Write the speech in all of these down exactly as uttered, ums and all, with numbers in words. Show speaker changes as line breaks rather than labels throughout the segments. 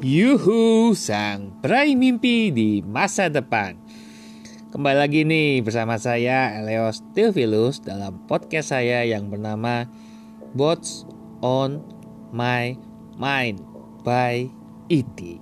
Yuhu, sang peraih mimpi di masa depan. Kembali lagi nih bersama saya Eleos Theophilus dalam podcast saya yang bernama What's on My Mind by E T.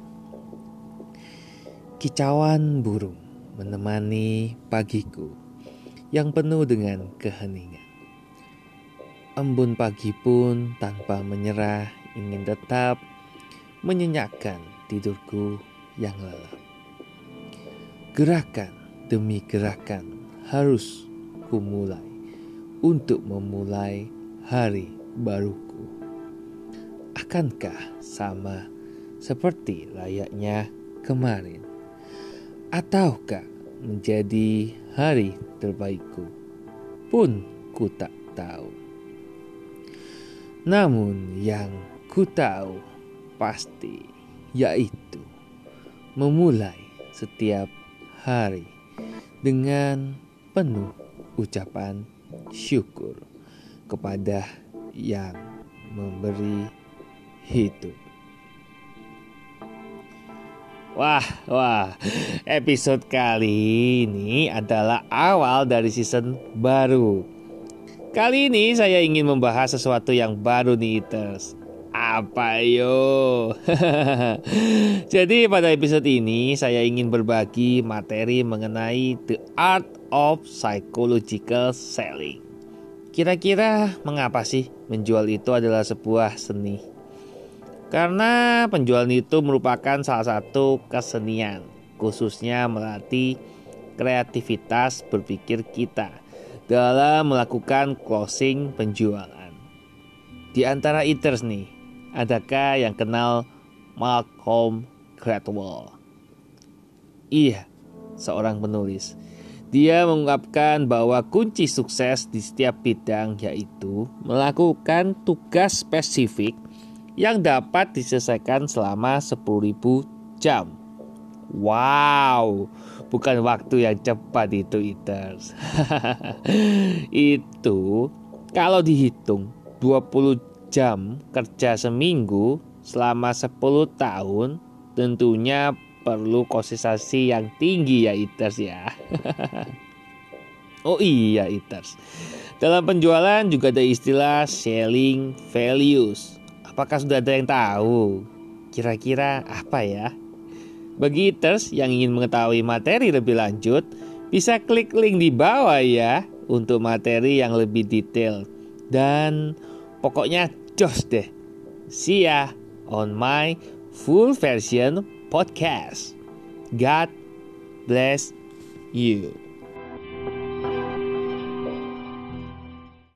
Kicauan burung menemani pagiku yang penuh dengan keheningan. Embun pagi pun tanpa menyerah ingin tetap menyenyakkan tidurku yang lelap. Gerakan demi gerakan harus kumulai untuk memulai hari baruku. Akankah sama seperti layaknya kemarin? Ataukah menjadi hari terbaikku? Pun ku tak tahu. Namun yang ku tahu pasti yaitu memulai setiap hari dengan penuh ucapan syukur kepada yang memberi hidup. Wah, wah, episode kali ini adalah awal dari season baru. Kali ini saya ingin membahas sesuatu yang baru nih, Eaters. Apa yo? Jadi pada episode ini saya ingin berbagi materi mengenai the art of psychological selling. Kira-kira mengapa sih menjual itu adalah sebuah seni? Karena penjualan itu merupakan salah satu kesenian, khususnya melatih kreativitas berpikir kita dalam melakukan closing penjualan. Di antara eaters nih, adakah yang kenal Malcolm Gladwell? Iya, seorang penulis. Dia mengungkapkan bahwa kunci sukses di setiap bidang yaitu melakukan tugas spesifik yang dapat diselesaikan selama sepuluh ribu jam. Wow, bukan waktu yang cepat itu, eaters. Itu kalau dihitung dua puluh jam kerja seminggu selama sepuluh tahun, tentunya perlu konsentrasi yang tinggi ya, eaters ya. Oh iya, eaters. Dalam penjualan juga ada istilah selling values. Apakah sudah ada yang tahu? Kira-kira apa ya? Bagi eaters yang ingin mengetahui materi lebih lanjut, bisa klik link di bawah ya untuk materi yang lebih detail. Dan pokoknya jos deh. See ya on my full version podcast. God bless you.